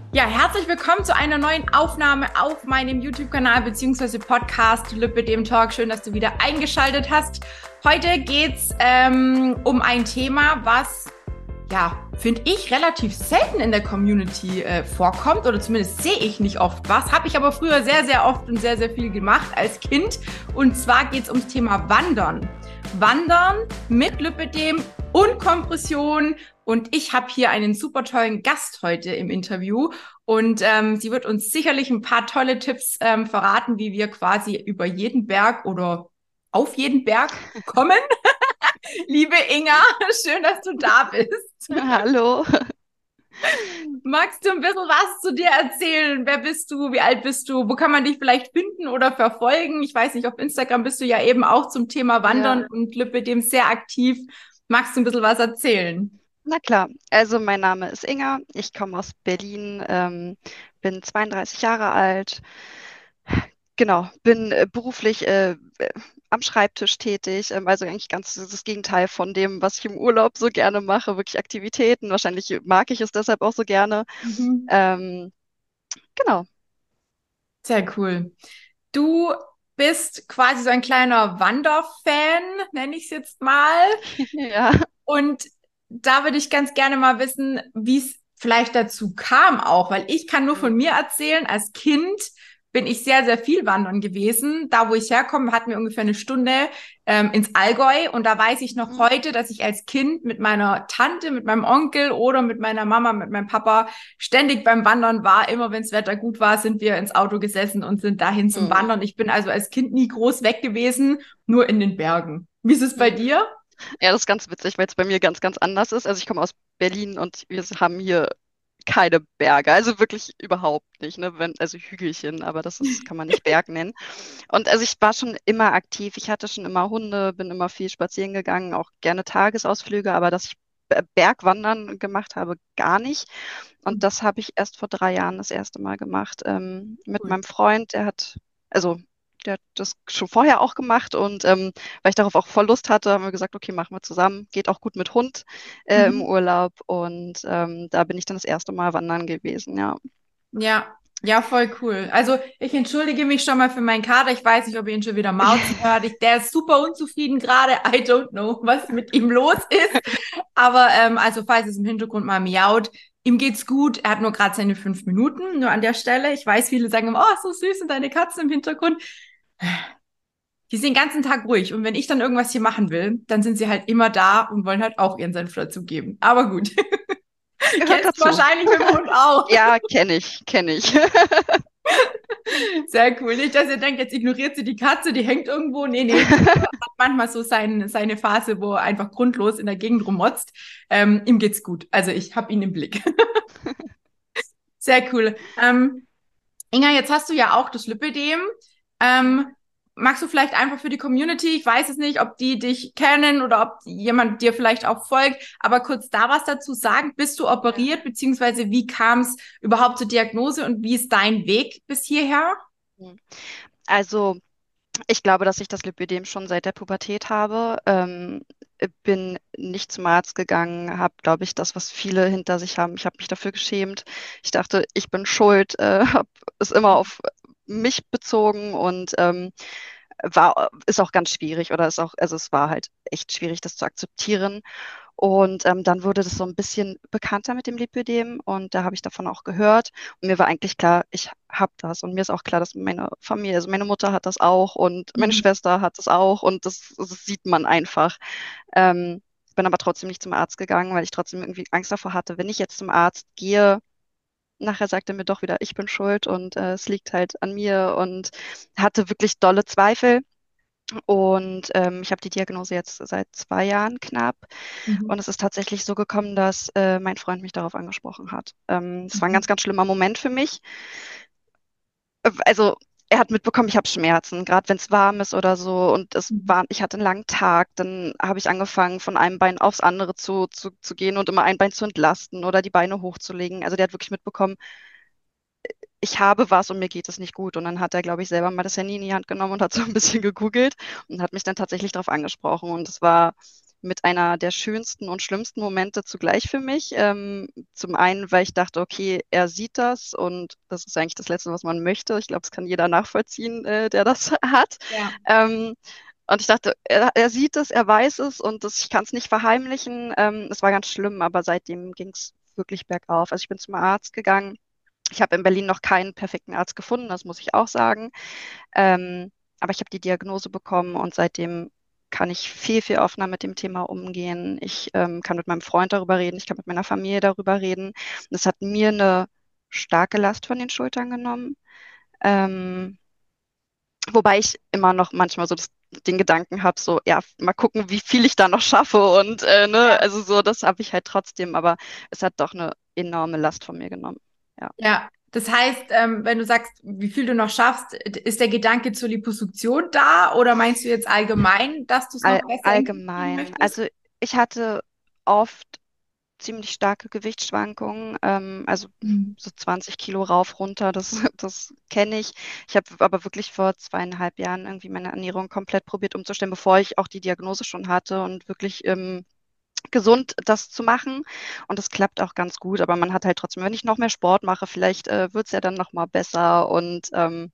Ja, herzlich willkommen zu einer neuen Aufnahme auf meinem YouTube-Kanal bzw. Podcast Lübbe dem Talk. Schön, dass du wieder eingeschaltet hast. Heute geht's um ein Thema, was, ja, finde ich, relativ selten in der Community vorkommt oder zumindest sehe ich nicht oft was. Habe ich aber früher sehr, sehr oft und sehr, sehr viel gemacht als Kind. Und zwar geht's ums Thema Wandern. Wandern mit Lipödem und Kompression. Und ich habe hier einen super tollen Gast heute im Interview. Und sie wird uns sicherlich ein paar tolle Tipps verraten, wie wir quasi über jeden Berg oder auf jeden Berg kommen. Liebe Inga, schön, dass du da bist. Hallo. Magst du ein bisschen was zu dir erzählen? Wer bist du? Wie alt bist du? Wo kann man dich vielleicht finden oder verfolgen? Ich weiß nicht, auf Instagram bist du ja eben auch zum Thema Ja, Wandern und Lipödem sehr aktiv. Magst du ein bisschen was erzählen? na klar. Also mein Name ist Inga. Ich komme aus Berlin, bin 32 Jahre alt. Genau, bin beruflich am Schreibtisch tätig. Also eigentlich ganz das Gegenteil von dem, was ich im Urlaub so gerne mache. Wirklich Aktivitäten. Wahrscheinlich mag ich es deshalb auch so gerne. Mhm. Ähm, genau. Sehr cool. Du bist quasi so ein kleiner Wanderfan, nenne ich es jetzt mal. Ja. Und da würde ich ganz gerne mal wissen, wie es vielleicht dazu kam auch, weil ich kann nur von mir erzählen, als Kind bin ich sehr, sehr viel wandern gewesen. Da, wo ich herkomme, hatten wir ungefähr eine Stunde ins Allgäu. Und da weiß ich noch heute, dass ich als Kind mit meiner Tante, mit meinem Onkel oder mit meiner Mama, mit meinem Papa ständig beim Wandern war. Immer wenn das Wetter gut war, sind wir ins Auto gesessen und sind dahin zum Mhm. Wandern. Ich bin also als Kind nie groß weg gewesen, nur in den Bergen. Wie ist es bei Mhm. dir? Ja, das ist ganz witzig, weil es bei mir ganz, ganz anders ist. Also ich komme aus Berlin und wir haben hier keine Berge, also wirklich überhaupt nicht, ne? Also Hügelchen, aber kann man nicht Berg nennen. Und also ich war schon immer aktiv. Ich hatte schon immer Hunde, bin immer viel spazieren gegangen, auch gerne Tagesausflüge, aber dass ich Bergwandern gemacht habe, gar nicht. Und das habe ich erst vor 3 Jahren das erste Mal gemacht, mit Cool. meinem Freund. Also der hat das schon vorher auch gemacht und weil ich darauf auch voll Lust hatte, haben wir gesagt, okay, machen wir zusammen. Geht auch gut mit Hund im Mhm. Urlaub und da bin ich dann das erste Mal wandern gewesen, ja. Ja, ja, voll cool. Also ich entschuldige mich schon mal für meinen Kater. Ich weiß nicht, ob ihr ihn schon wieder mauzen hört. Der ist super unzufrieden gerade. I don't know, was mit ihm los ist. Aber also falls es im Hintergrund mal miaut, ihm geht's gut. Er hat nur gerade seine 5 Minuten, nur an der Stelle. Ich weiß, viele sagen immer, oh, so süß sind deine Katzen im Hintergrund. Die sind den ganzen Tag ruhig. Und wenn ich dann irgendwas hier machen will, dann sind sie halt immer da und wollen halt auch ihren Senf dazugeben. Aber gut. Gehört Kennst du dazu. wahrscheinlich mit dem Hund auch. Ja, kenne ich, kenne ich. Sehr cool. Nicht, dass ihr denkt, jetzt ignoriert sie die Katze, die hängt irgendwo. Nee, nee. Hat manchmal so seine Phase, wo er einfach grundlos in der Gegend rummotzt. Ihm geht's gut. Also ich habe ihn im Blick. Sehr cool. Inga, jetzt hast du ja auch das Lipödem. Mhm. Ähm, magst du vielleicht einfach für die Community, ich weiß es nicht, ob die dich kennen oder ob jemand dir vielleicht auch folgt, aber kurz da was dazu sagen. Bist du Ja. operiert, beziehungsweise wie kam es überhaupt zur Diagnose und wie ist dein Weg bis hierher? Mhm. Also, ich glaube, dass ich das Lipödem schon seit der Pubertät habe. Bin nicht zum Arzt gegangen, habe, glaube ich, das, was viele hinter sich haben. Ich habe mich dafür geschämt. Ich dachte, ich bin schuld, habe es immer auf mich bezogen und ist auch ganz schwierig oder ist auch, also es war halt echt schwierig, das zu akzeptieren. Und dann wurde das so ein bisschen bekannter mit dem Lipödem und da habe ich davon auch gehört. Und mir war eigentlich klar, ich habe das. Und mir ist auch klar, dass meine Familie, also meine Mutter hat das auch und meine Mhm. Schwester hat das auch und das sieht man einfach. Bin aber trotzdem nicht zum Arzt gegangen, weil ich trotzdem irgendwie Angst davor hatte, wenn ich jetzt zum Arzt gehe, nachher sagt er mir doch wieder, ich bin schuld und es liegt halt an mir und hatte wirklich dolle Zweifel. Und ich habe die Diagnose jetzt seit 2 Jahren knapp. Mhm. Und es ist tatsächlich so gekommen, dass mein Freund mich darauf angesprochen hat. Es war ein Mhm. ganz, ganz schlimmer Moment für mich. Also er hat mitbekommen, ich habe Schmerzen, gerade wenn es warm ist oder so. Und Mhm. ich hatte einen langen Tag. Dann habe ich angefangen, von einem Bein aufs andere zu gehen und immer ein Bein zu entlasten oder die Beine hochzulegen. Also der hat wirklich mitbekommen, ich habe was und mir geht es nicht gut. Und dann hat er, glaube ich, selber mal das Handy in die Hand genommen und hat so ein bisschen gegoogelt und hat mich dann tatsächlich darauf angesprochen. Und es war mit einer der schönsten und schlimmsten Momente zugleich für mich. Zum einen, weil ich dachte, okay, er sieht das und das ist eigentlich das Letzte, was man möchte. Ich glaube, das kann jeder nachvollziehen, der das hat. Ja. Ähm, und ich dachte, er sieht es, er weiß es und ich kann es nicht verheimlichen. Es war ganz schlimm, aber seitdem ging es wirklich bergauf. Also ich bin zum Arzt gegangen. Ich habe in Berlin noch keinen perfekten Arzt gefunden, das muss ich auch sagen. Aber ich habe die Diagnose bekommen und seitdem kann ich viel, viel offener mit dem Thema umgehen. Ich kann mit meinem Freund darüber reden, ich kann mit meiner Familie darüber reden. Das hat mir eine starke Last von den Schultern genommen. Ähm, Wobei ich immer noch manchmal so den Gedanken habe, so, ja, mal gucken, wie viel ich da noch schaffe. Und ne, Ja. also so, das habe ich halt trotzdem, aber es hat doch eine enorme Last von mir genommen. Ja. Ja, das heißt, wenn du sagst, wie viel du noch schaffst, ist der Gedanke zur Liposuktion da oder meinst du jetzt allgemein, dass du es noch besser in den Griff kriegen Allgemein. möchtest? Also ich hatte oft ziemlich starke Gewichtsschwankungen, also Mhm. so 20 Kilo rauf, runter, das, das kenne ich. Ich habe aber wirklich vor 2,5 Jahren irgendwie meine Ernährung komplett probiert umzustellen, bevor ich auch die Diagnose schon hatte und wirklich gesund das zu machen. Und das klappt auch ganz gut, aber man hat halt trotzdem, wenn ich noch mehr Sport mache, vielleicht wird es ja dann noch mal besser. Und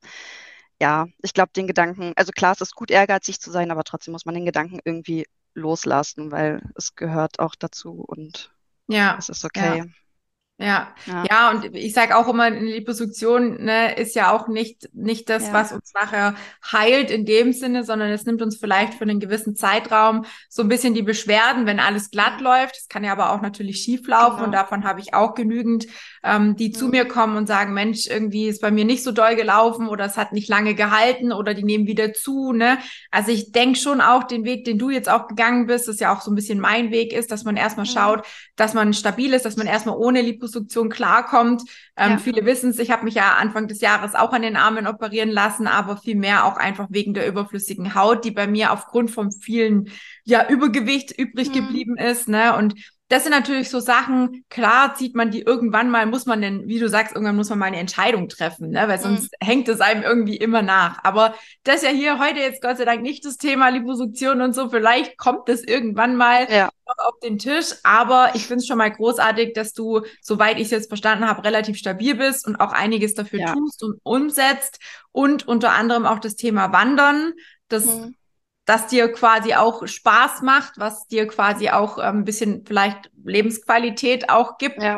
ja, ich glaube, den Gedanken, also klar, es ist gut, ehrgeizig zu sein, aber trotzdem muss man den Gedanken irgendwie loslassen, weil es gehört auch dazu und Ja, es ist ja. okay. Ja, Ja, ja, und ich sage auch immer, eine Liposuktion, ne, ist ja auch nicht das, ja, was uns nachher heilt in dem Sinne, sondern es nimmt uns vielleicht für einen gewissen Zeitraum so ein bisschen die Beschwerden, wenn alles glatt mhm, läuft. Es kann ja aber auch natürlich schief laufen und genau. davon habe ich auch genügend, die zu Mhm, mir kommen und sagen, Mensch, irgendwie ist bei mir nicht so doll gelaufen oder es hat nicht lange gehalten oder die nehmen wieder zu, ne? Also ich denke schon auch den Weg, den du jetzt auch gegangen bist, das ja auch so ein bisschen mein Weg ist, dass man erstmal mhm, schaut, dass man stabil ist, dass man erstmal ohne Liposuktion klarkommt. ja, Viele wissen es, ich habe mich ja Anfang des Jahres auch an den Armen operieren lassen, aber viel mehr auch einfach wegen der überflüssigen Haut, die bei mir aufgrund von vielen ja, Übergewicht übrig mhm, geblieben ist. Ne? Und das sind natürlich so Sachen, klar zieht man die irgendwann mal, muss man denn, wie du sagst, irgendwann muss man mal eine Entscheidung treffen, ne? Weil mhm, sonst hängt es einem irgendwie immer nach. Aber das ist ja hier heute jetzt Gott sei Dank nicht das Thema Liposuktion und so. Vielleicht kommt das irgendwann mal ja, auf den Tisch, aber ich finde es schon mal großartig, dass du, soweit ich es jetzt verstanden habe, relativ stabil bist und auch einiges dafür ja, tust und umsetzt und unter anderem auch das Thema Wandern, mhm, das dir quasi auch Spaß macht, was dir quasi auch ein bisschen vielleicht Lebensqualität auch gibt. ja. Ne?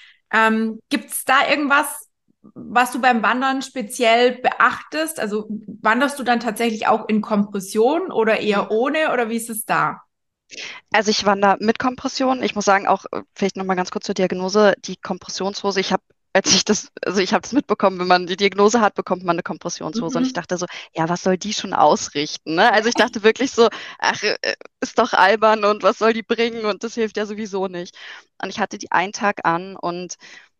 Gibt es da irgendwas, was du beim Wandern speziell beachtest? Also wanderst du dann tatsächlich auch in Kompression oder eher Mhm. ohne oder wie ist es da? Also ich wandere mit Kompression. Ich muss sagen, auch vielleicht noch mal ganz kurz zur Diagnose, die Kompressionshose, ich habe als ich das, also ich habe das mitbekommen, wenn man die Diagnose hat, bekommt man eine Kompressionshose. Und ich Mhm. dachte so, ja, was soll die schon ausrichten? Ne? Also ich Ja. dachte wirklich so, ach, ist doch albern und was soll die bringen? Und das hilft ja sowieso nicht. Und ich hatte die einen Tag an und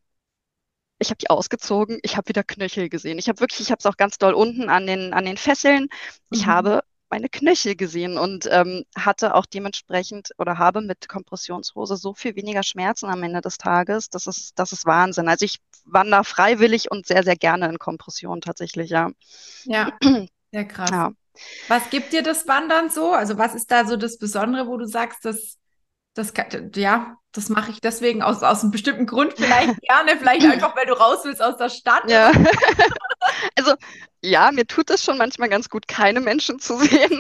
ich habe die ausgezogen, ich habe wieder Knöchel gesehen. Ich habe es auch ganz doll unten an den Fesseln. Ich Mhm. habe meine Knöchel gesehen und hatte auch dementsprechend oder habe mit Kompressionshose so viel weniger Schmerzen am Ende des Tages. Das ist Wahnsinn. Also ich wandere freiwillig und sehr, sehr gerne in Kompression tatsächlich, ja. Ja, sehr krass. Ja. Was gibt dir das Wandern so? Also was ist da so das Besondere, wo du sagst, ja, das mache ich deswegen aus einem bestimmten Grund vielleicht gerne, vielleicht einfach, weil du raus willst aus der Stadt oder? Ja, also ja, mir tut es schon manchmal ganz gut, keine Menschen zu sehen.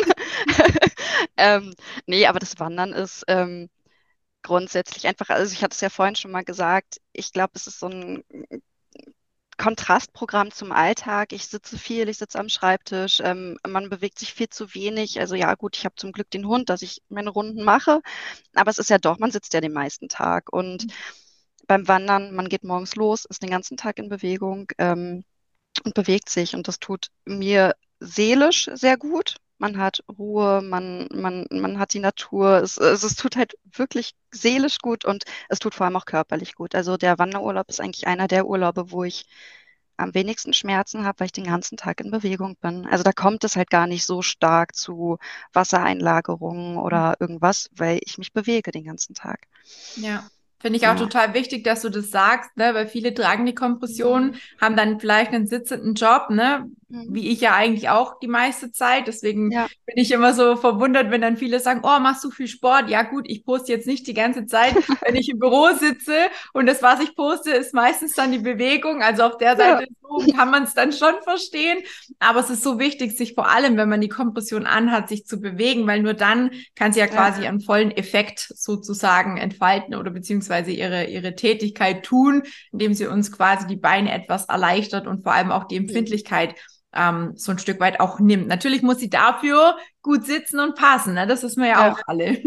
Ähm, nee, aber das Wandern ist grundsätzlich einfach, also ich hatte es ja vorhin schon mal gesagt, ich glaube, es ist so ein Kontrastprogramm zum Alltag. Ich sitze viel, ich sitze am Schreibtisch, man bewegt sich viel zu wenig. Also ja, gut, ich habe zum Glück den Hund, dass ich meine Runden mache, aber es ist ja doch, man sitzt ja den meisten Tag. Und beim Wandern, man geht morgens los, ist den ganzen Tag in Bewegung, und bewegt sich. Und das tut mir seelisch sehr gut. Man hat Ruhe, man hat die Natur. Es tut halt wirklich seelisch gut und es tut vor allem auch körperlich gut. Also der Wanderurlaub ist eigentlich einer der Urlaube, wo ich am wenigsten Schmerzen habe, weil ich den ganzen Tag in Bewegung bin. Also da kommt es halt gar nicht so stark zu Wassereinlagerungen oder irgendwas, weil ich mich bewege den ganzen Tag. Ja. Finde ich auch Ja. total wichtig, dass du das sagst, ne? Weil viele tragen die Kompression, Mhm. haben dann vielleicht einen sitzenden Job, ne? Mhm. Wie ich ja eigentlich auch die meiste Zeit. Deswegen Ja. bin ich immer so verwundert, wenn dann viele sagen, oh, machst du viel Sport? Ja gut, ich poste jetzt nicht die ganze Zeit, wenn ich im Büro sitze und das, was ich poste, ist meistens dann die Bewegung. Also auf der Ja. Seite so kann man es dann schon verstehen. Aber es ist so wichtig, sich vor allem, wenn man die Kompression anhat, sich zu bewegen, weil nur dann kann sie ja Ja. quasi einen vollen Effekt sozusagen entfalten oder beziehungsweise ihre Tätigkeit tun, indem sie uns quasi die Beine etwas erleichtert und vor allem auch die Mhm. Empfindlichkeit so ein Stück weit auch nimmt. Natürlich muss sie dafür gut sitzen und passen, ne? Das wissen wir ja Ja. auch alle.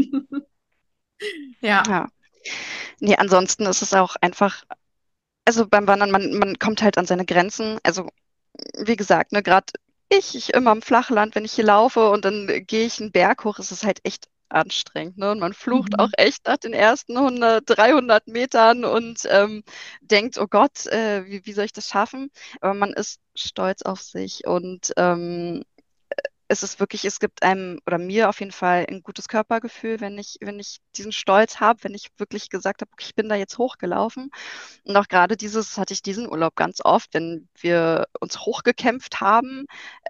Ja. Ja. Nee, ansonsten ist es auch einfach, also beim Wandern, man kommt halt an seine Grenzen. Also, wie gesagt, ne, gerade ich immer im Flachland, wenn ich hier laufe und dann gehe ich einen Berg hoch, ist es halt echt anstrengend, ne? Und man flucht auch Mhm. echt nach den ersten 100, 300 Metern und denkt, oh Gott, wie soll ich das schaffen? Aber man ist stolz auf sich und es ist wirklich, es gibt einem oder mir auf jeden Fall ein gutes Körpergefühl, wenn ich diesen Stolz habe, wenn ich wirklich gesagt habe, okay, ich bin da jetzt hochgelaufen. Und auch gerade hatte ich diesen Urlaub ganz oft, wenn wir uns hochgekämpft haben,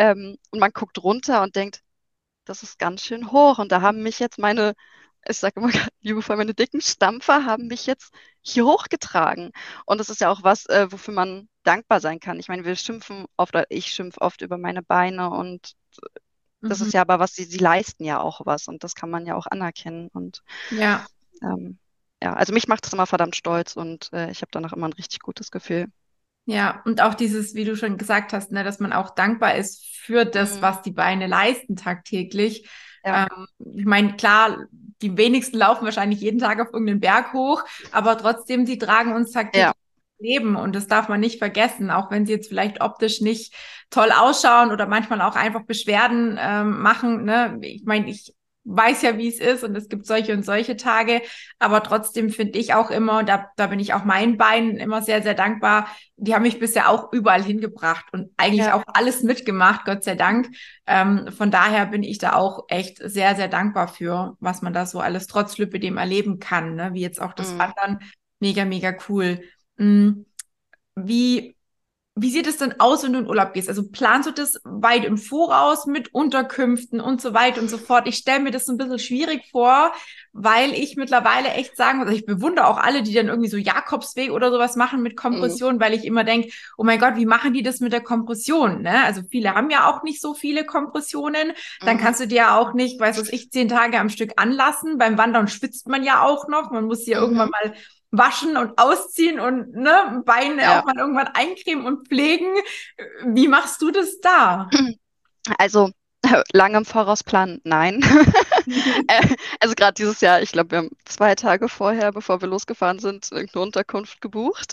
und man guckt runter und denkt, das ist ganz schön hoch. Und da haben mich jetzt ich sage immer liebevoll, meine dicken Stampfer haben mich jetzt hier hochgetragen. Und das ist ja auch was, wofür man dankbar sein kann. Ich meine, wir schimpfen oft, oder ich schimpfe oft über meine Beine und das Mhm. ist ja aber was, sie leisten ja auch was und das kann man ja auch anerkennen. Und Ja. ähm, ja, also mich macht das immer verdammt stolz und ich habe danach immer ein richtig gutes Gefühl. Ja, und auch dieses, wie du schon gesagt hast, ne, dass man auch dankbar ist für das, Mhm. was die Beine leisten tagtäglich. Ja. Ich meine, klar, die wenigsten laufen wahrscheinlich jeden Tag auf irgendeinen Berg hoch, aber trotzdem, sie tragen uns Ja. tagtäglich Leben und das darf man nicht vergessen, auch wenn sie jetzt vielleicht optisch nicht toll ausschauen oder manchmal auch einfach Beschwerden machen. Ne? Ich meine, ich weiß ja, wie es ist und es gibt solche und solche Tage, aber trotzdem finde ich auch immer, da bin ich auch meinen Beinen immer sehr, sehr dankbar, die haben mich bisher auch überall hingebracht und eigentlich Ja. auch alles mitgemacht, Gott sei Dank. Von daher bin ich da auch echt sehr, sehr dankbar für, was man da so alles trotz Lübbedem erleben kann, ne? Wie jetzt auch das Mhm. Wandern. Mega, mega cool. Mm, Wie, wie sieht es denn aus, wenn du in Urlaub gehst? Also planst du das weit im Voraus mit Unterkünften und so weiter und so fort? Ich stelle mir das so ein bisschen schwierig vor, weil ich mittlerweile echt sagen muss, also ich bewundere auch alle, die dann irgendwie so Jakobsweg oder sowas machen mit Mhm. Kompression, weil ich immer denke, oh mein Gott, wie machen die das mit der Kompression? Ne? Also viele haben ja auch nicht so viele Kompressionen. Dann Mhm. kannst du dir ja auch nicht, weiß was ich, 10 Tage am Stück anlassen. Beim Wandern schwitzt man ja auch noch. Man muss sie ja irgendwann Mhm. mal waschen und ausziehen und ne, Beine Ja. auch mal irgendwann eincremen und pflegen. Wie machst du das da? Also lange im Voraus planen, nein. Also gerade dieses Jahr, ich glaube, wir haben 2 Tage vorher, bevor wir losgefahren sind, irgendeine Unterkunft gebucht.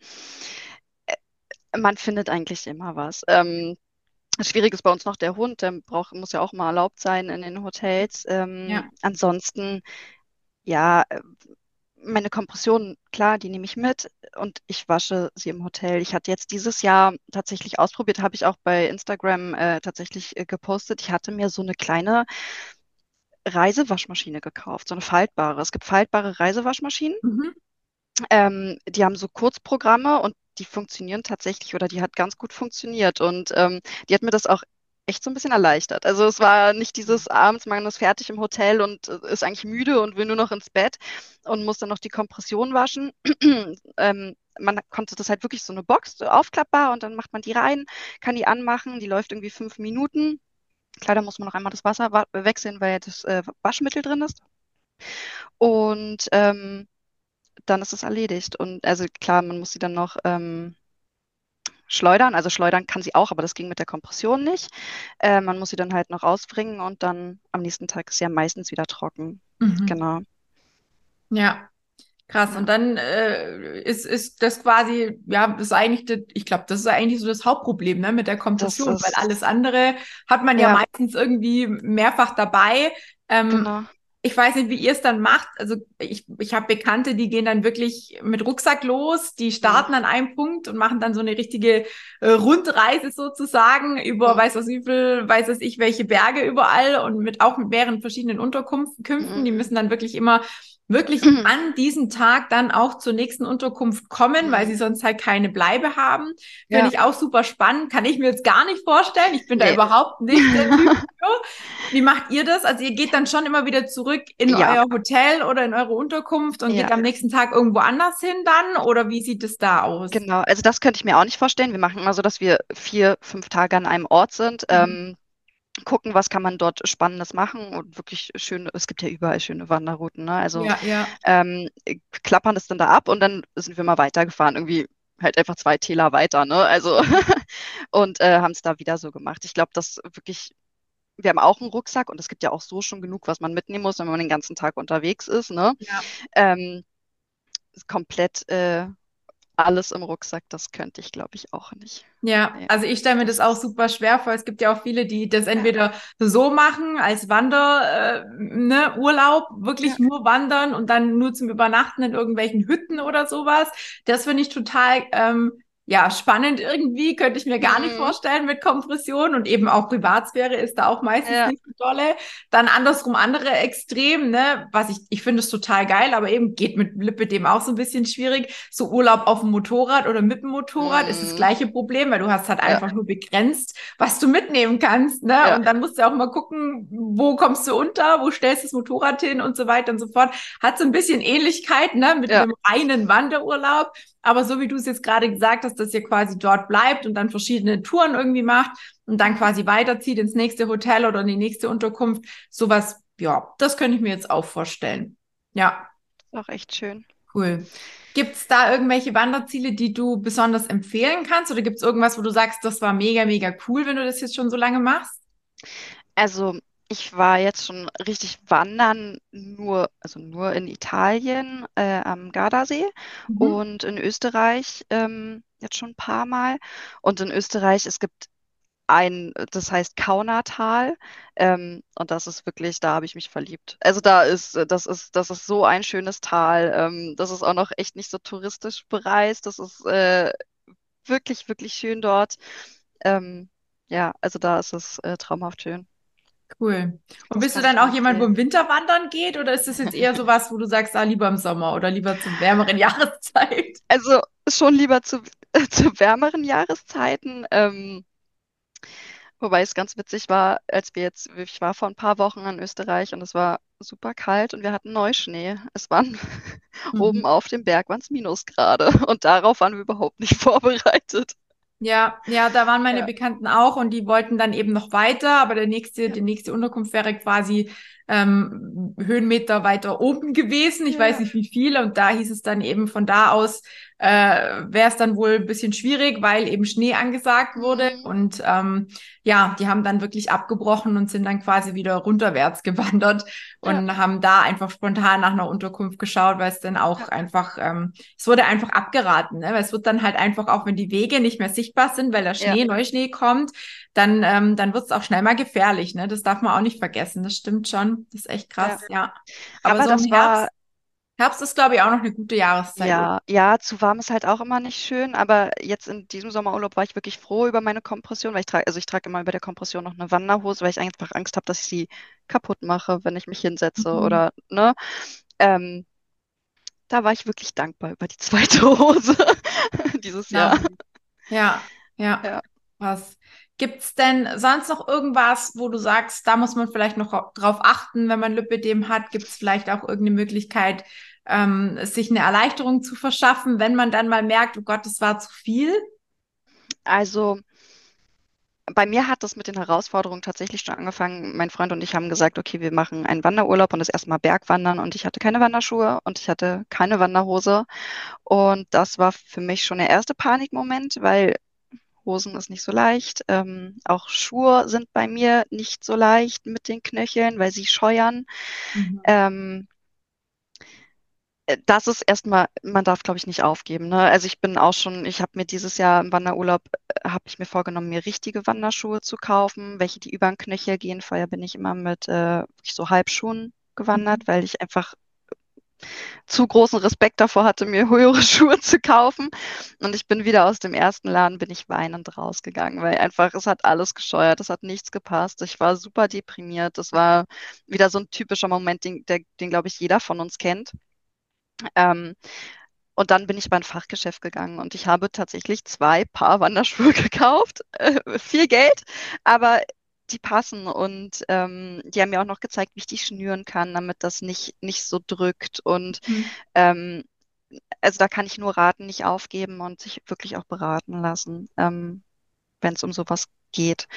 Man findet eigentlich immer was. Schwierig ist bei uns noch der Hund, muss ja auch mal erlaubt sein in den Hotels. Ja. Ansonsten, ja, meine Kompression, klar, die nehme ich mit und ich wasche sie im Hotel. Ich hatte jetzt dieses Jahr tatsächlich ausprobiert, habe ich auch bei Instagram tatsächlich gepostet. Ich hatte mir so eine kleine Reisewaschmaschine gekauft, so eine faltbare. Es gibt faltbare Reisewaschmaschinen. Mhm. Die haben so Kurzprogramme und die funktionieren tatsächlich oder die hat ganz gut funktioniert und die hat mir das auch echt so ein bisschen erleichtert. Also es war nicht dieses abends, man ist fertig im Hotel und ist eigentlich müde und will nur noch ins Bett und muss dann noch die Kompression waschen. Man konnte das halt wirklich so eine Box, so aufklappbar und dann macht man die rein, kann die anmachen, die läuft irgendwie 5 Minuten. Klar, da muss man noch einmal das Wasser wechseln, weil ja das Waschmittel drin ist. Und dann ist es erledigt. Und also klar, man muss sie dann noch schleudern. Also schleudern kann sie auch, aber das ging mit der Kompression nicht. Man muss sie dann halt noch rausbringen und dann am nächsten Tag ist sie ja meistens wieder trocken. Mhm. Genau. Ja, krass. Ja, Und dann ist das quasi, ja, das ist eigentlich, ich glaube, das ist eigentlich so das Hauptproblem, ne, mit der das Kompression, weil alles ist, andere hat man ja ja, meistens irgendwie mehrfach dabei. Ähm, genau. Ich weiß nicht, wie ihr es dann macht. Also ich habe Bekannte, die gehen dann wirklich mit Rucksack los, die Mhm. starten an einem Punkt und machen dann so eine richtige Rundreise sozusagen über Mhm. weiß was wie viel, weiß was ich, welche Berge überall und mit auch mit mehreren verschiedenen Unterkünften. Mhm. Die müssen dann wirklich immer wirklich an diesem Tag dann auch zur nächsten Unterkunft kommen, weil sie Mhm. sonst halt keine Bleibe haben. Finde Ja, ich auch super spannend. Kann ich mir jetzt gar nicht vorstellen. Ich bin da nee. überhaupt nicht der Typ für. Wie macht ihr das? Also ihr geht dann schon immer wieder zurück in Ja, euer Hotel oder in eure Unterkunft und ja. geht am nächsten Tag irgendwo anders hin dann? Oder wie sieht es da aus? Genau, also das könnte ich mir auch nicht vorstellen. Wir machen immer so, dass wir 4, 5 Tage an einem Ort sind, Mhm. gucken, was kann man dort Spannendes machen und wirklich schöne, es gibt ja überall schöne Wanderrouten, ne? Also Ja, ja. ähm, klappern das dann da ab und dann sind wir mal weitergefahren, irgendwie halt einfach 2 Täler weiter, ne? Also und haben es da wieder so gemacht. Ich glaube, das wirklich, wir haben auch einen Rucksack und es gibt ja auch so schon genug, was man mitnehmen muss, wenn man den ganzen Tag unterwegs ist, ne? Ja. Ähm, ist komplett alles im Rucksack, das könnte ich, glaube ich, auch nicht. Ja, Nee, also ich stelle mir das das auch ist, super schwer vor. Es gibt ja auch viele, die das ja, entweder so machen als ne, Urlaub, ja. wirklich nur wandern und dann nur zum Übernachten in irgendwelchen Hütten oder sowas. Das finde ich total ja spannend irgendwie. Könnte ich mir gar nicht Mhm. vorstellen mit Kompression und eben auch Privatsphäre ist da auch meistens Ja, nicht so dolle. Dann andersrum andere Extrem, ne, was ich finde es total geil, aber eben geht mit Lipidem auch so ein bisschen schwierig. So Urlaub auf dem Motorrad oder mit dem Motorrad ist das mhm. gleiche Problem, weil du hast halt Ja, einfach nur begrenzt, was du mitnehmen kannst, ne? ja, Und dann musst du auch mal gucken, wo kommst du unter, wo stellst du das Motorrad hin und so weiter und so fort. Hat so ein bisschen Ähnlichkeit, ne, mit ja, einem reinen Wanderurlaub. Aber so wie du es jetzt gerade gesagt hast, dass ihr quasi dort bleibt und dann verschiedene Touren irgendwie macht und dann mhm. quasi weiterzieht ins nächste Hotel oder in die nächste Unterkunft, sowas, ja, das könnte ich mir jetzt auch vorstellen. Ja. Ist auch echt schön. Cool. Gibt es da irgendwelche Wanderziele, die du besonders empfehlen kannst? Oder gibt es irgendwas, wo du sagst, das war mega, mega cool, wenn du das jetzt schon so lange machst? Also, ich war jetzt schon richtig wandern, also nur in Italien, am Gardasee Mhm. und in Österreich, jetzt schon ein paar Mal. Und in Österreich, es gibt das heißt Kaunertal, und das ist wirklich, da habe ich mich verliebt. Also das ist so ein schönes Tal. Das ist auch noch echt nicht so touristisch bereist. Das ist wirklich, wirklich schön dort. Ähm, ja, also da ist es traumhaft schön. Cool. Und Das bist du kann ich dann nur auch jemand, wo empfehlen. im Winter wandern geht? Oder ist das jetzt eher sowas, wo du sagst, ah, lieber im Sommer oder lieber zur wärmeren Jahreszeit? Also schon lieber zu wärmeren Jahreszeiten. Wobei es ganz witzig war, ich war vor ein paar Wochen in Österreich und es war super kalt und wir hatten Neuschnee. Es waren oben Mhm. auf dem Berg waren es Minusgrade und darauf waren wir überhaupt nicht vorbereitet. Ja, ja, da waren meine Ja, Bekannten auch und die wollten dann eben noch weiter, aber ja, die nächste Unterkunft wäre quasi Höhenmeter weiter oben gewesen. Ich weiß ja, nicht wie viele und da hieß es dann eben von da aus wäre es dann wohl ein bisschen schwierig, weil eben Schnee angesagt wurde mhm, und ja, die haben dann wirklich abgebrochen und sind dann quasi wieder runterwärts gewandert ja, und haben da einfach spontan nach einer Unterkunft geschaut, weil es dann auch ja, einfach es wurde einfach abgeraten, ne? Weil es wird dann halt einfach, auch wenn die Wege nicht mehr sichtbar sind, weil der ja, Neuschnee kommt, dann wird es auch schnell mal gefährlich, ne? Das darf man auch nicht vergessen. Das stimmt schon. Das ist echt ja. krass, ja. Aber Aber so im das war, Herbst ist, glaube ich, auch noch eine gute Jahreszeit, oder? ja, ja, zu warm ist halt auch immer nicht schön, aber jetzt in diesem Sommerurlaub war ich wirklich froh über meine Kompression, weil also ich trage immer über der Kompression noch eine Wanderhose, weil ich einfach Angst habe, dass ich sie kaputt mache, wenn ich mich hinsetze Mhm. oder, ne? Ähm, Da war ich wirklich dankbar über die zweite Hose dieses Jahr. Glaube ich. Ja, ja, Ja. was. Gibt's denn sonst noch irgendwas, wo du sagst, da muss man vielleicht noch drauf achten, wenn man Lipödem hat? Gibt's vielleicht auch irgendeine Möglichkeit, sich eine Erleichterung zu verschaffen, wenn man dann mal merkt, oh Gott, das war zu viel? Also bei mir hat das mit den Herausforderungen tatsächlich schon angefangen. Mein Freund und ich haben gesagt, okay, wir machen einen Wanderurlaub und das erstmal Bergwandern und ich hatte keine Wanderschuhe und ich hatte keine Wanderhose und das war für mich schon der erste Panikmoment, weil Hosen ist nicht so leicht. Auch Schuhe sind bei mir nicht so leicht mit den Knöcheln, weil sie scheuern. Mhm. Ähm, Das ist erstmal, man darf, glaube ich, nicht aufgeben. Ne? Also ich habe mir dieses Jahr im Wanderurlaub, habe ich mir vorgenommen, mir richtige Wanderschuhe zu kaufen, welche die über den Knöchel gehen. Vorher bin ich immer mit wirklich so Halbschuhen gewandert, Mhm. weil ich einfach zu großen Respekt davor hatte, mir höhere Schuhe zu kaufen. Und ich bin wieder aus dem ersten Laden, bin ich weinend rausgegangen, weil einfach, es hat alles gescheuert, es hat nichts gepasst. Ich war super deprimiert. Das war wieder so ein typischer Moment, den glaube ich, jeder von uns kennt. Ähm, und dann bin ich bei ein Fachgeschäft gegangen und ich habe tatsächlich 2 Paar Wanderschuhe gekauft. Viel Geld, aber die passen und die haben mir auch noch gezeigt, wie ich die schnüren kann, damit das nicht so drückt. Und Mhm. ähm, also da kann ich nur raten, nicht aufgeben und sich wirklich auch beraten lassen, wenn es um sowas geht.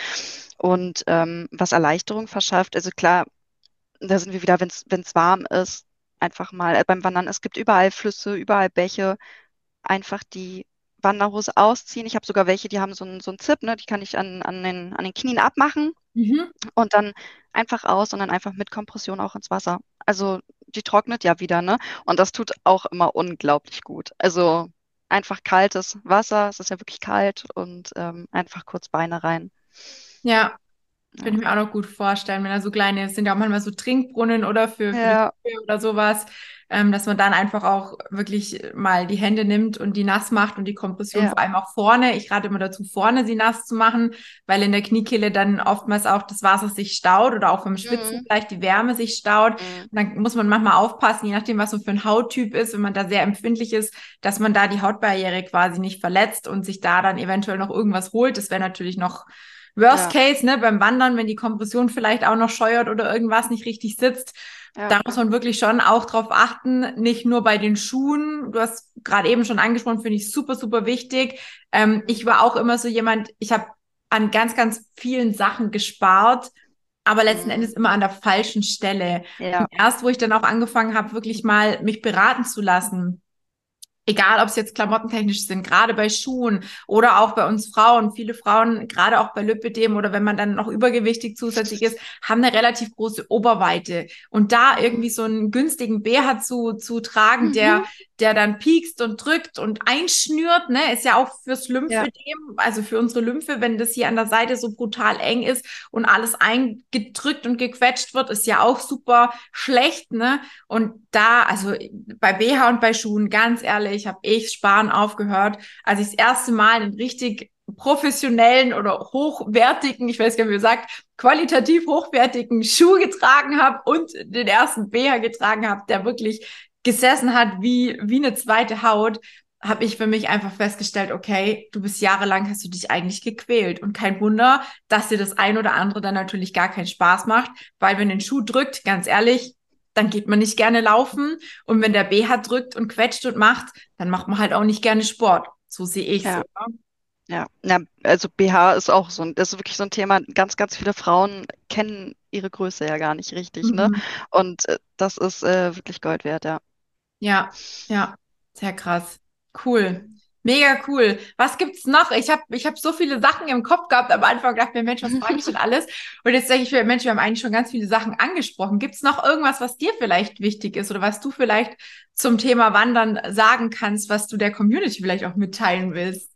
Und was Erleichterung verschafft, also klar, da sind wir wieder, wenn es warm ist, einfach mal beim Wandern, es gibt überall Flüsse, überall Bäche, einfach die Wanderhose ausziehen. Ich habe sogar welche, die haben so einen Zip, ne, die kann ich an den Knien abmachen Mhm. und dann einfach aus und dann einfach mit Kompression auch ins Wasser. Also die trocknet ja wieder, ne? Und das tut auch immer unglaublich gut. Also einfach kaltes Wasser, es ist ja wirklich kalt und einfach kurz Beine rein. Ja. Ja, Könnte ich mir auch noch gut vorstellen, wenn da so kleine, es sind ja auch manchmal so Trinkbrunnen oder für die ja, Kühe oder sowas, dass man dann einfach auch wirklich mal die Hände nimmt und die nass macht und die Kompression ja. vor allem auch vorne. Ich rate immer dazu, vorne sie nass zu machen, weil in der Kniekehle dann oftmals auch das Wasser sich staut oder auch vom Schwitzen Mhm. vielleicht die Wärme sich staut. Und Mhm. dann muss man manchmal aufpassen, je nachdem, was man für ein Hauttyp ist, wenn man da sehr empfindlich ist, dass man da die Hautbarriere quasi nicht verletzt und sich da dann eventuell noch irgendwas holt. Das wäre natürlich noch Worst Ja, Case, ne, beim Wandern, wenn die Kompression vielleicht auch noch scheuert oder irgendwas nicht richtig sitzt, ja. da muss man wirklich schon auch drauf achten, nicht nur bei den Schuhen. Du hast gerade eben schon angesprochen, finde ich super, super wichtig. Ich war auch immer so jemand, ich habe an ganz, ganz vielen Sachen gespart, aber letzten Mhm. Endes immer an der falschen Stelle. Und Ja. erst, wo ich dann auch angefangen habe, wirklich mal mich beraten zu lassen, egal ob es jetzt klamottentechnisch sind, gerade bei Schuhen oder auch bei uns Frauen. Viele Frauen, gerade auch bei Lipödem oder wenn man dann noch übergewichtig zusätzlich ist, haben eine relativ große Oberweite. Und da Mhm. irgendwie so einen günstigen BH zu tragen, Mhm. der dann piekst und drückt und einschnürt, ne, ist ja auch fürs Ja. Lymphödem, also für unsere Lymphe, wenn das hier an der Seite so brutal eng ist und alles eingedrückt und gequetscht wird, ist ja auch super schlecht, ne? Und da, also bei BH und bei Schuhen, ganz ehrlich, habe ich Sparen aufgehört, als ich das erste Mal einen richtig professionellen oder hochwertigen, ich weiß gar nicht, wie man sagt, qualitativ hochwertigen Schuh getragen habe und den ersten BH getragen habe, der wirklich gesessen hat wie eine zweite Haut, habe ich für mich einfach festgestellt, okay, du bist jahrelang, hast du dich eigentlich gequält. Und kein Wunder, dass dir das ein oder andere dann natürlich gar keinen Spaß macht, weil wenn den Schuh drückt, ganz ehrlich, dann geht man nicht gerne laufen. Und wenn der BH drückt und quetscht und macht, dann macht man halt auch nicht gerne Sport. So sehe ich Ja. so. Ne? Ja. Ja. Also BH ist auch das ist wirklich so ein Thema. Ganz, ganz viele Frauen kennen ihre Größe ja gar nicht richtig, ne? Mhm. Und das ist wirklich Gold wert, ja. Ja, ja, sehr krass. Cool. Mega cool. Was gibt's noch? Ich hab so viele Sachen im Kopf gehabt am Anfang, gedacht mir, Mensch, was frage ich denn alles? Und jetzt denke ich mir, Mensch, wir haben eigentlich schon ganz viele Sachen angesprochen. Gibt's noch irgendwas, was dir vielleicht wichtig ist oder was du vielleicht zum Thema Wandern sagen kannst, was du der Community vielleicht auch mitteilen willst?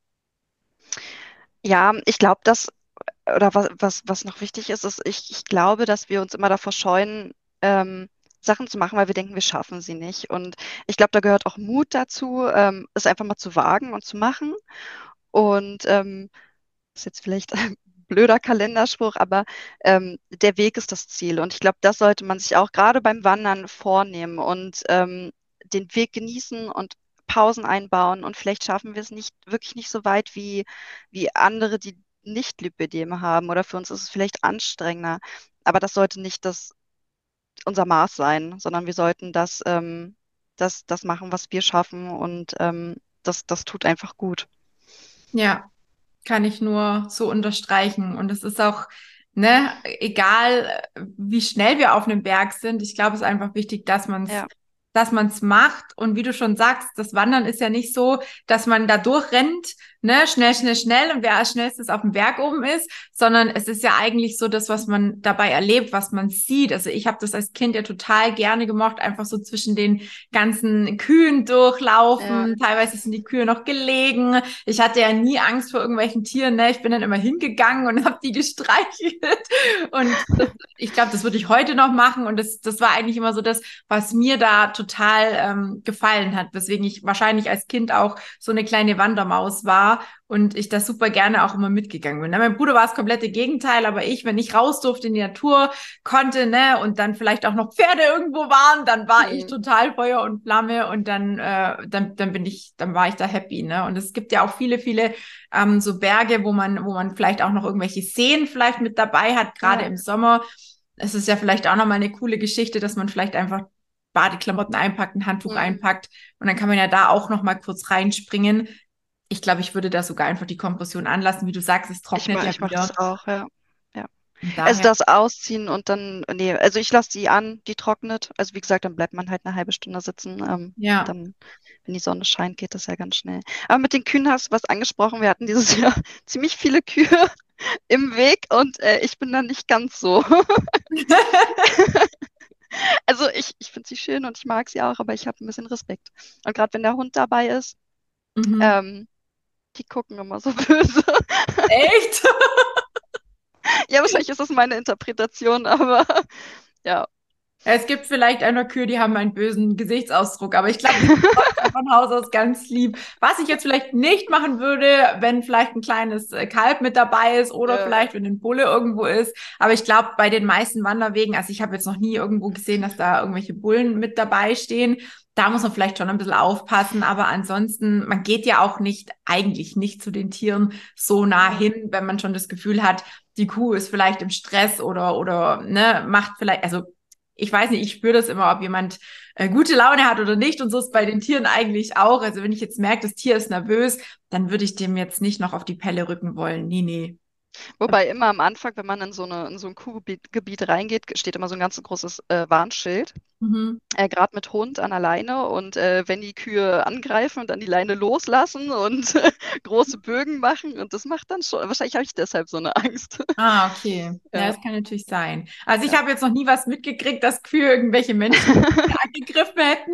Ja, ich glaube, oder was noch wichtig ist, ist, ich glaube, dass wir uns immer davor scheuen, Sachen zu machen, weil wir denken, wir schaffen sie nicht. Und ich glaube, da gehört auch Mut dazu, es einfach mal zu wagen und zu machen. Und ist jetzt vielleicht ein blöder Kalenderspruch, aber der Weg ist das Ziel. Und ich glaube, das sollte man sich auch gerade beim Wandern vornehmen und den Weg genießen und Pausen einbauen. Und vielleicht schaffen wir es nicht wirklich nicht so weit wie andere, die nicht Lipödem haben. Oder für uns ist es vielleicht anstrengender. Aber das sollte nicht unser Maß sein, sondern wir sollten das machen, was wir schaffen. Und das tut einfach gut. Ja, kann ich nur so unterstreichen. Und es ist auch, ne, egal wie schnell wir auf einem Berg sind, ich glaube, es ist einfach wichtig, Ja, dass man es macht. Und wie du schon sagst, das Wandern ist ja nicht so, dass man da durchrennt, ne, schnell, schnell, schnell und wer als schnellstes auf dem Berg oben ist, sondern es ist ja eigentlich so das, was man dabei erlebt, was man sieht. Also ich habe das als Kind ja total gerne gemocht, einfach so zwischen den ganzen Kühen ja, durchlaufen. Teilweise sind die Kühe noch gelegen. Ich hatte ja nie Angst vor irgendwelchen Tieren, ne? Ich bin dann immer hingegangen und habe die gestreichelt. Und ich glaube, das würde ich heute noch machen. Und das war eigentlich immer so das, was mir da total total gefallen hat, weswegen ich wahrscheinlich als Kind auch so eine kleine Wandermaus war und ich da super gerne auch immer mitgegangen bin. Ne? Mein Bruder war das komplette Gegenteil, aber ich, wenn ich raus durfte in die Natur, konnte, ne, und dann vielleicht auch noch Pferde irgendwo waren, dann war ich Mhm. total Feuer und Flamme und dann war ich da happy, ne? Und es gibt ja auch viele so Berge, wo man vielleicht auch noch irgendwelche Seen vielleicht mit dabei hat, gerade Ja. im Sommer. Es ist ja vielleicht auch nochmal eine coole Geschichte, dass man vielleicht einfach Badeklamotten einpackt, ein Handtuch Mhm. einpackt und dann kann man ja da auch nochmal kurz reinspringen. Ich glaube, ich würde da sogar einfach die Kompression anlassen. Wie du sagst, es trocknet ja Ich mach wieder. das auch, ja. Ja. Und Also daher, das Ausziehen und dann, nee, also ich lasse die an, die trocknet. Also wie gesagt, dann bleibt man halt eine halbe Stunde sitzen. ja. Dann, wenn die Sonne scheint, geht das ja ganz schnell. Aber mit den Kühen hast du was angesprochen. Wir hatten dieses Jahr ziemlich viele Kühe im Weg und ich bin da nicht ganz so. Also ich finde sie schön und ich mag sie auch, aber ich habe ein bisschen Respekt. Und gerade wenn der Hund dabei ist, Mhm. ähm, die gucken immer so böse. Echt? Ja, wahrscheinlich ist das meine Interpretation, aber ja. Ja, es gibt vielleicht auch noch Kühe, die haben einen bösen Gesichtsausdruck, aber ich glaube, die sind trotzdem von Haus aus ganz lieb. Was ich jetzt vielleicht nicht machen würde, wenn vielleicht ein kleines Kalb mit dabei ist oder Ja. vielleicht, wenn ein Bulle irgendwo ist. Aber ich glaube, bei den meisten Wanderwegen, also ich habe jetzt noch nie irgendwo gesehen, dass da irgendwelche Bullen mit dabei stehen. Da muss man vielleicht schon ein bisschen aufpassen, aber ansonsten, man geht ja auch nicht, eigentlich nicht zu den Tieren so nah Ja. hin, wenn man schon das Gefühl hat, die Kuh ist vielleicht im Stress oder ne, macht vielleicht, also ich weiß nicht, ich spüre das immer, ob jemand gute Laune hat oder nicht. Und so ist bei den Tieren eigentlich auch. Also wenn ich jetzt merke, das Tier ist nervös, dann würde ich dem jetzt nicht noch auf die Pelle rücken wollen. Nee, nee. Wobei immer am Anfang, wenn man in so ein Kuhgebiet reingeht, steht immer so ein ganz großes Warnschild. Mhm. Gerade mit Hund an der Leine und wenn die Kühe angreifen und dann die Leine loslassen und große Bögen machen und das macht dann schon, wahrscheinlich habe ich deshalb so eine Angst. Ah, okay. Ja, Ja. das kann natürlich sein. Also ich Ja. habe jetzt noch nie was mitgekriegt, dass Kühe irgendwelche Menschen angegriffen hätten.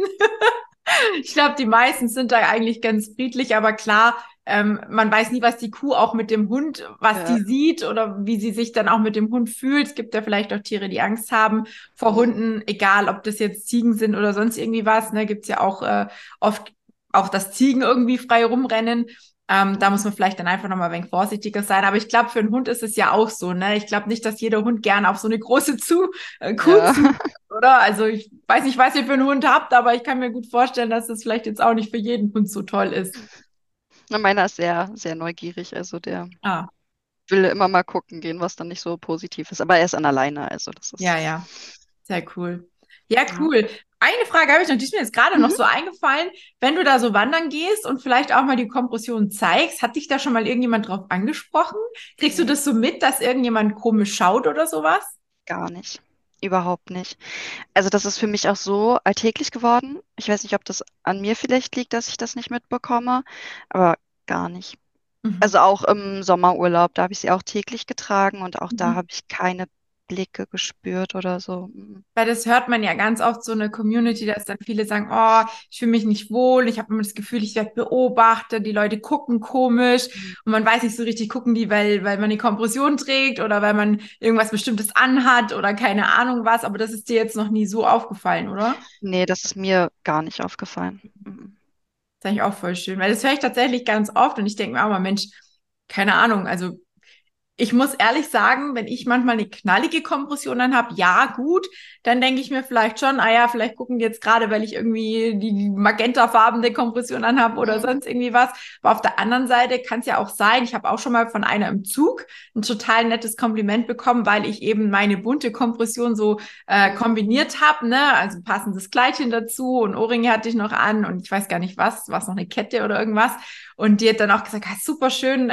Ich glaube, die meisten sind da eigentlich ganz friedlich, aber klar, man weiß nie, was die Kuh auch mit dem Hund, was Ja. die sieht oder wie sie sich dann auch mit dem Hund fühlt. Es gibt ja vielleicht auch Tiere, die Angst haben vor Mhm. Hunden, egal ob das jetzt Ziegen sind oder sonst irgendwie was. Ne, gibt's ja auch oft auch, dass Ziegen irgendwie frei rumrennen. Da Ja. muss man vielleicht dann einfach nochmal ein wenig vorsichtiger sein. Aber ich glaube, für einen Hund ist es ja auch so. Ne? Ich glaube nicht, dass jeder Hund gerne auf so eine große Kuh Ja. zu oder? Also ich weiß nicht, was ihr für einen Hund habt, aber ich kann mir gut vorstellen, dass das vielleicht jetzt auch nicht für jeden Hund so toll ist. Na, meiner ist sehr, sehr neugierig, also der Ah, will immer mal gucken gehen, was dann nicht so positiv ist. Aber er ist an der Leine, also das ist. ja, ja, sehr cool. Ja, Ja. cool. Eine Frage habe ich noch, die ist mir jetzt gerade noch Mhm. so eingefallen. Wenn du da so wandern gehst und vielleicht auch mal die Kompression zeigst, hat dich da schon mal irgendjemand drauf angesprochen? Kriegst du Nee, das so mit, dass irgendjemand komisch schaut oder sowas? gar nicht. Überhaupt nicht. Also das ist für mich auch so alltäglich geworden. Ich weiß nicht, ob das an mir vielleicht liegt, dass ich das nicht mitbekomme, aber gar nicht. Mhm. Also auch im Sommerurlaub, da habe ich sie auch täglich getragen und auch da Mhm. habe ich keine Blicke gespürt oder so. Mhm. Weil das hört man ja ganz oft so eine Community, dass dann viele sagen, oh, ich fühle mich nicht wohl, ich habe immer das Gefühl, ich werde beobachtet, die Leute gucken komisch und man weiß nicht so richtig, gucken die, weil man die Kompression trägt oder weil man irgendwas Bestimmtes anhat oder keine Ahnung was, aber das ist dir jetzt noch nie so aufgefallen, oder? Nee, das ist mir gar nicht aufgefallen. Mhm. Das ist eigentlich auch voll schön, weil das höre ich tatsächlich ganz oft und ich denke mir auch mal, Mensch, keine Ahnung, also ich muss ehrlich sagen, wenn ich manchmal eine knallige Kompression dann habe, ja, gut, dann denke ich mir vielleicht schon, ah ja, vielleicht gucken die jetzt gerade, weil ich irgendwie die magentafarbene Kompression anhabe oder Mhm. sonst irgendwie was. Aber auf der anderen Seite kann es ja auch sein, ich habe auch schon mal von einer im Zug ein total nettes Kompliment bekommen, weil ich eben meine bunte Kompression so Mhm. kombiniert habe, ne? Also passendes Kleidchen dazu und Ohrringe hatte ich noch an und ich weiß gar nicht was, war es noch eine Kette oder irgendwas. Und die hat dann auch gesagt, ah, super schön,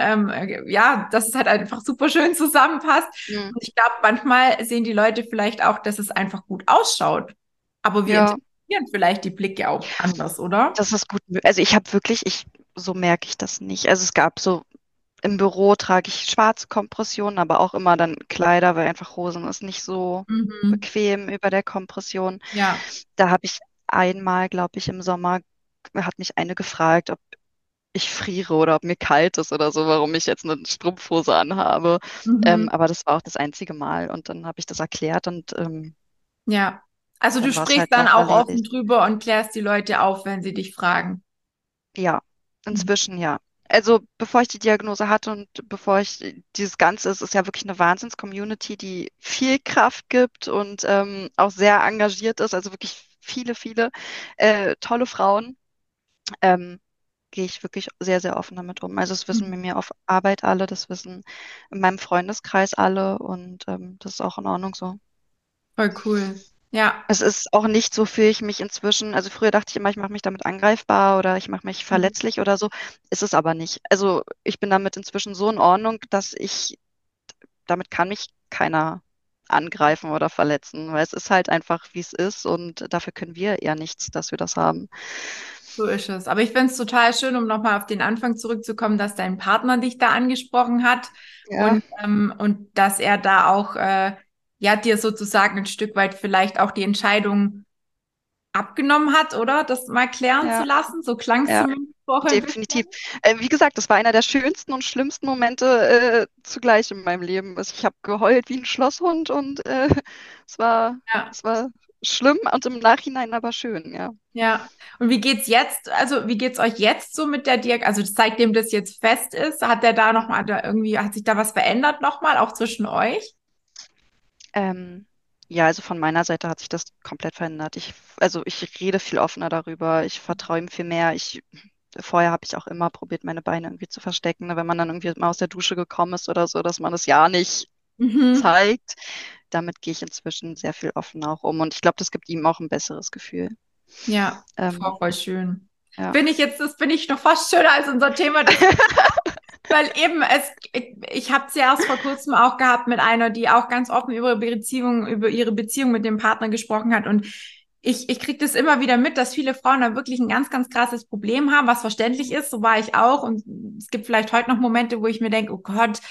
ja, dass es halt einfach super schön zusammenpasst. Mhm. Und ich glaube, manchmal sehen die Leute vielleicht auch, dass es einfach gut ausschaut. Aber wir Ja, interpretieren vielleicht die Blicke auch anders, oder? das ist gut. Also ich habe wirklich, so merke ich das nicht. Also es gab so, im Büro trage ich schwarze Kompressionen, aber auch immer dann Kleider, weil einfach Hosen ist nicht so Mhm. bequem über der Kompression. Ja. Da habe ich einmal, glaube ich, im Sommer, hat mich eine gefragt, ob ich friere oder ob mir kalt ist oder so, warum ich jetzt eine Strumpfhose anhabe. Mhm. Aber das war auch das einzige Mal. Und dann habe ich das erklärt und Ja. Also du dann war es sprichst halt dann auch auch offen erledigt. drüber und klärst die Leute auf, wenn sie dich fragen. Ja, Mhm. inzwischen ja. Also bevor ich die Diagnose hatte und bevor ich dieses Ganze, es ist ja wirklich eine Wahnsinns-Community, die viel Kraft gibt und auch sehr engagiert ist, also wirklich viele tolle Frauen, ähm, gehe ich wirklich sehr, sehr offen damit um. Also das wissen Mhm. mit mir auf Arbeit alle, das wissen in meinem Freundeskreis alle und das ist auch in Ordnung so. Voll cool. Ja. Es ist auch nicht so, fühle ich mich inzwischen. Also früher dachte ich immer, ich mache mich damit angreifbar oder ich mache mich Mhm. verletzlich oder so. Ist es aber nicht. Also ich bin damit inzwischen so in Ordnung, damit kann mich keiner angreifen oder verletzen, weil es ist halt einfach, wie es ist und dafür können wir ja nichts, dass wir das haben. So ist es. Aber ich finde es total schön, um nochmal auf den Anfang zurückzukommen, dass dein Partner dich da angesprochen hat Ja, und dass er da auch ja dir sozusagen ein Stück weit vielleicht auch die Entscheidung abgenommen hat, oder? Das mal klären zu ja, lassen. So klang es ja. zumindest vorher ein Definitiv. bisschen. Wie gesagt, das war einer der schönsten und schlimmsten Momente zugleich in meinem Leben. Also ich habe geheult wie ein Schlosshund und es war, Ja. es war schlimm und im Nachhinein aber schön, ja. Ja. Und wie geht's jetzt? Also, wie geht's euch jetzt so mit der Diagnose? Also, seitdem das jetzt fest ist, hat der da nochmal, da irgendwie, hat sich da was verändert nochmal, auch zwischen euch? Ähm, ja, also von meiner Seite hat sich das komplett verändert. Also ich rede viel offener darüber, ich vertraue ihm viel mehr. Vorher habe ich auch immer probiert, meine Beine irgendwie zu verstecken, ne, wenn man dann irgendwie mal aus der Dusche gekommen ist oder so, dass man das ja nicht Mhm. zeigt. Damit gehe ich inzwischen sehr viel offener auch um und ich glaube, das gibt ihm auch ein besseres Gefühl. Ja, voll, Ähm, voll schön. ja. Finde ich jetzt, das finde ich noch fast schöner als unser Thema, das, weil eben ich habe es ja erst vor kurzem auch gehabt mit einer, die auch ganz offen über ihre Beziehung mit dem Partner gesprochen hat und ich kriege das immer wieder mit, dass viele Frauen da wirklich ein ganz, ganz krasses Problem haben, was verständlich ist, so war ich auch und es gibt vielleicht heute noch Momente, wo ich mir denke, oh Gott,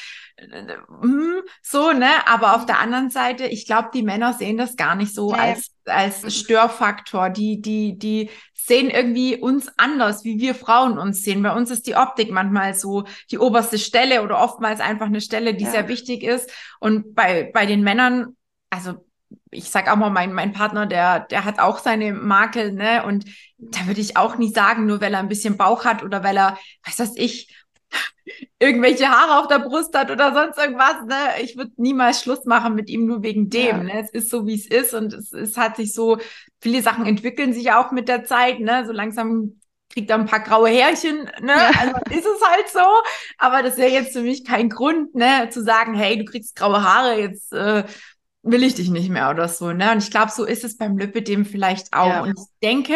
so, ne? Aber auf der anderen Seite, ich glaube, die Männer sehen das gar nicht so Nee. als Mhm. Störfaktor. Die sehen irgendwie uns anders, wie wir Frauen uns sehen. Bei uns ist die Optik manchmal so die oberste Stelle oder oftmals einfach eine Stelle, die Ja, sehr wichtig ist. Und bei den Männern, also ich sag auch mal, mein Partner, der hat auch seine Makel, ne? Und da würde ich auch nicht sagen, nur weil er ein bisschen Bauch hat oder weil er, was weiß ich, irgendwelche Haare auf der Brust hat oder sonst irgendwas, ne? Ich würde niemals Schluss machen mit ihm nur wegen ja, dem, ne? Es ist so, wie es ist und es hat sich so, viele Sachen entwickeln sich auch mit der Zeit, ne? So langsam kriegt er ein paar graue Härchen, ne? ja, Also ist es halt so, aber das wäre jetzt für mich kein Grund, ne? Zu sagen, hey, du kriegst graue Haare, jetzt will ich dich nicht mehr oder so, ne? Und ich glaube, so ist es beim Lipödem vielleicht auch. ja, Und ich denke,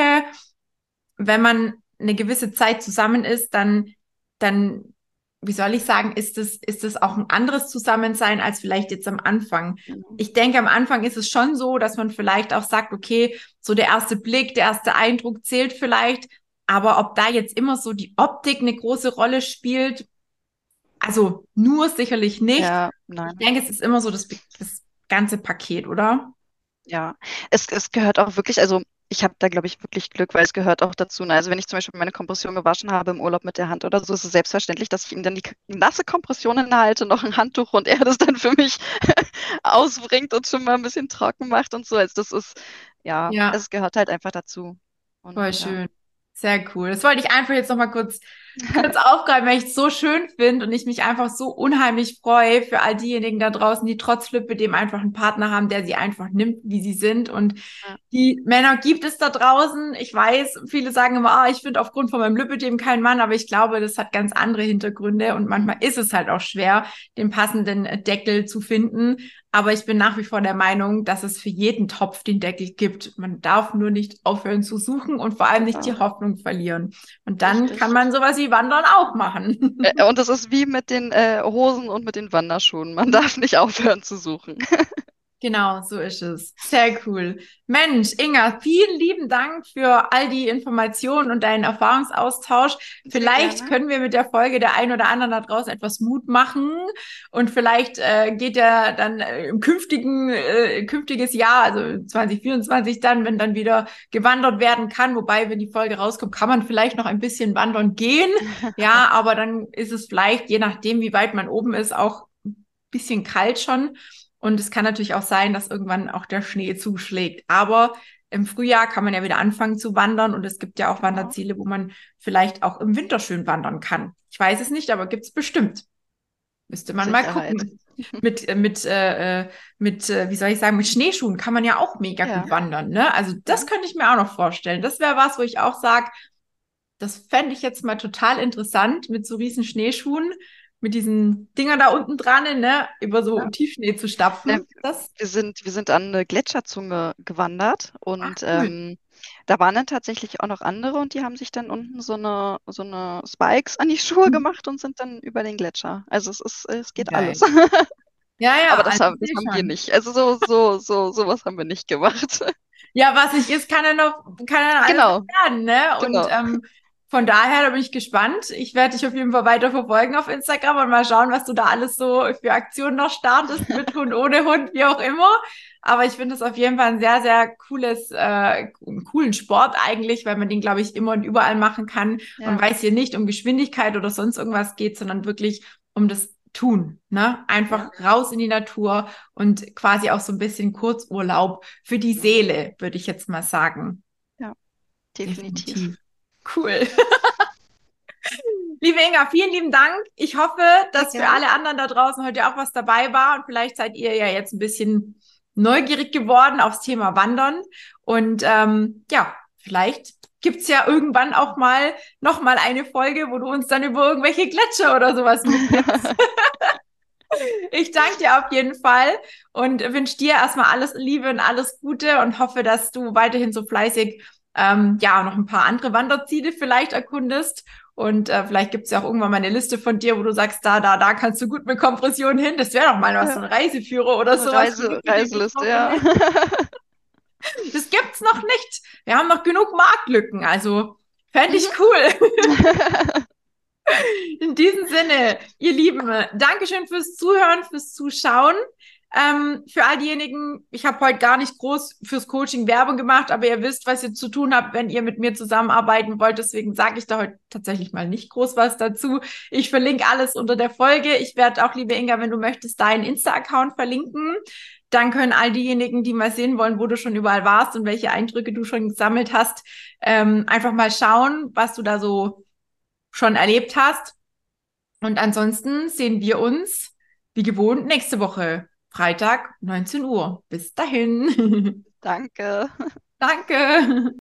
wenn man eine gewisse Zeit zusammen ist, dann, wie soll ich sagen, ist es auch ein anderes Zusammensein als vielleicht jetzt am Anfang. genau. Ich denke, am Anfang ist es schon so, dass man vielleicht auch sagt, okay, so der erste Blick, der erste Eindruck zählt vielleicht, aber ob da jetzt immer so die Optik eine große Rolle spielt, also nur sicherlich nicht. Ja, Ich nein. denke, es ist immer so das ganze Paket, oder? Ja, es gehört auch wirklich, also ich habe da, glaube ich, wirklich Glück, weil es gehört auch dazu. Ne? Also wenn ich zum Beispiel meine Kompression gewaschen habe im Urlaub mit der Hand oder so, ist es selbstverständlich, dass ich ihm dann die nasse Kompression hinhalte, noch ein Handtuch und er das dann für mich ausbringt und schon mal ein bisschen trocken macht und so. Also das ist, ja, Ja. es gehört halt einfach dazu. Und Voll ja, schön. Sehr cool. Das wollte ich einfach jetzt nochmal kurz aufgreifen, weil ich es so schön finde und ich mich einfach so unheimlich freue für all diejenigen da draußen, die trotz Lipödem einfach einen Partner haben, der sie einfach nimmt, wie sie sind. Und ja, die Männer gibt es da draußen. Ich weiß, viele sagen immer, ah, ich finde aufgrund von meinem Lipödem keinen Mann, aber ich glaube, das hat ganz andere Hintergründe und manchmal mhm, ist es halt auch schwer, den passenden Deckel zu finden. Aber ich bin nach wie vor der Meinung, dass es für jeden Topf den Deckel gibt. Man darf nur nicht aufhören zu suchen und vor allem nicht genau, die Hoffnung verlieren. Und dann kann richtig. man sowas wie Wandern auch machen. Und es ist wie mit den Hosen und mit den Wanderschuhen. Man darf nicht aufhören zu suchen. Genau, so ist es. Sehr cool. Mensch, Inga, vielen lieben Dank für all die Informationen und deinen Erfahrungsaustausch. Sehr Vielleicht gerne. können wir mit der Folge der ein oder anderen da draußen etwas Mut machen und vielleicht geht ja dann im künftiges Jahr, also 2024 dann, wenn dann wieder gewandert werden kann, wobei, wenn die Folge rauskommt, kann man vielleicht noch ein bisschen wandern gehen. Ja, aber dann ist es vielleicht, je nachdem, wie weit man oben ist, auch ein bisschen kalt schon. Und es kann natürlich auch sein, dass irgendwann auch der Schnee zuschlägt. Aber im Frühjahr kann man ja wieder anfangen zu wandern und es gibt ja auch Genau. Wanderziele, wo man vielleicht auch im Winter schön wandern kann. Ich weiß es nicht, aber gibt es bestimmt. Müsste Mit man mal Sicherheit. gucken. Wie soll ich sagen, mit Schneeschuhen kann man ja auch mega Ja, gut wandern, ne? Also das ja. könnte ich mir auch noch vorstellen. Das wäre was, wo ich auch sage, das fände ich jetzt mal total interessant, mit so riesen Schneeschuhen, mit diesen Dingern da unten dran, ne, über so Ja. Tiefschnee zu Ne, stapfen. Das, wir sind an eine Gletscherzunge gewandert ach und cool. da waren dann tatsächlich auch noch andere und die haben sich dann unten so eine Spikes an die Schuhe gemacht und sind dann über den Gletscher. Also es geht alles. Geil. Ja, Aber ja, das also haben, ich das sehe haben wir schon. nicht. Also sowas haben wir nicht gemacht. Ja, was nicht ist, kann ja noch alles noch Genau, werden, ne? Und genau. von daher, da bin ich gespannt. Ich werde dich auf jeden Fall weiter verfolgen auf Instagram und mal schauen, was du da alles so für Aktionen noch startest, mit Hund, ohne Hund, wie auch immer. Aber ich finde es auf jeden Fall ein sehr, sehr einen coolen Sport eigentlich, weil man den, glaube ich, immer und überall machen kann und Ja, weil es hier nicht um Geschwindigkeit oder sonst irgendwas geht, sondern wirklich um das Tun, ne? ja, Einfach raus in die Natur und quasi auch so ein bisschen Kurzurlaub für die Seele, würde ich jetzt mal sagen. ja, definitiv. Definitiv. Cool. Liebe Inga, vielen lieben Dank. Ich hoffe, Sehr dass für gern. alle anderen da draußen heute auch was dabei war und vielleicht seid ihr ja jetzt ein bisschen neugierig geworden aufs Thema Wandern. Und ja, vielleicht gibt's ja irgendwann auch mal noch mal eine Folge, wo du uns dann über irgendwelche Gletscher oder sowas mitnimmst. Ich danke dir auf jeden Fall und wünsche dir erstmal alles Liebe und alles Gute und hoffe, dass du weiterhin so fleißig ja noch ein paar andere Wanderziele vielleicht erkundest. Und vielleicht gibt es ja auch irgendwann mal eine Liste von dir, wo du sagst, da kannst du gut mit Kompression hin. Das wäre doch mal was, so Ja, ein Reiseführer so oder eine sowas für mich, mit dem ich Reiseliste, drauf ja. bin. Das gibt's noch nicht. Wir haben noch genug Marktlücken. Also fände ich Mhm. cool. In diesem Sinne, ihr Lieben, Dankeschön fürs Zuhören, fürs Zuschauen. Für all diejenigen, ich habe heute gar nicht groß fürs Coaching Werbung gemacht, aber ihr wisst, was ihr zu tun habt, wenn ihr mit mir zusammenarbeiten wollt. Deswegen sage ich da heute tatsächlich mal nicht groß was dazu. Ich verlinke alles unter der Folge. Ich werde auch, liebe Inga, wenn du möchtest, deinen Insta-Account verlinken. Dann können all diejenigen, die mal sehen wollen, wo du schon überall warst und welche Eindrücke du schon gesammelt hast, einfach mal schauen, was du da so schon erlebt hast. Und ansonsten sehen wir uns wie gewohnt nächste Woche, Freitag, 19 Uhr. Bis dahin. Danke. Danke.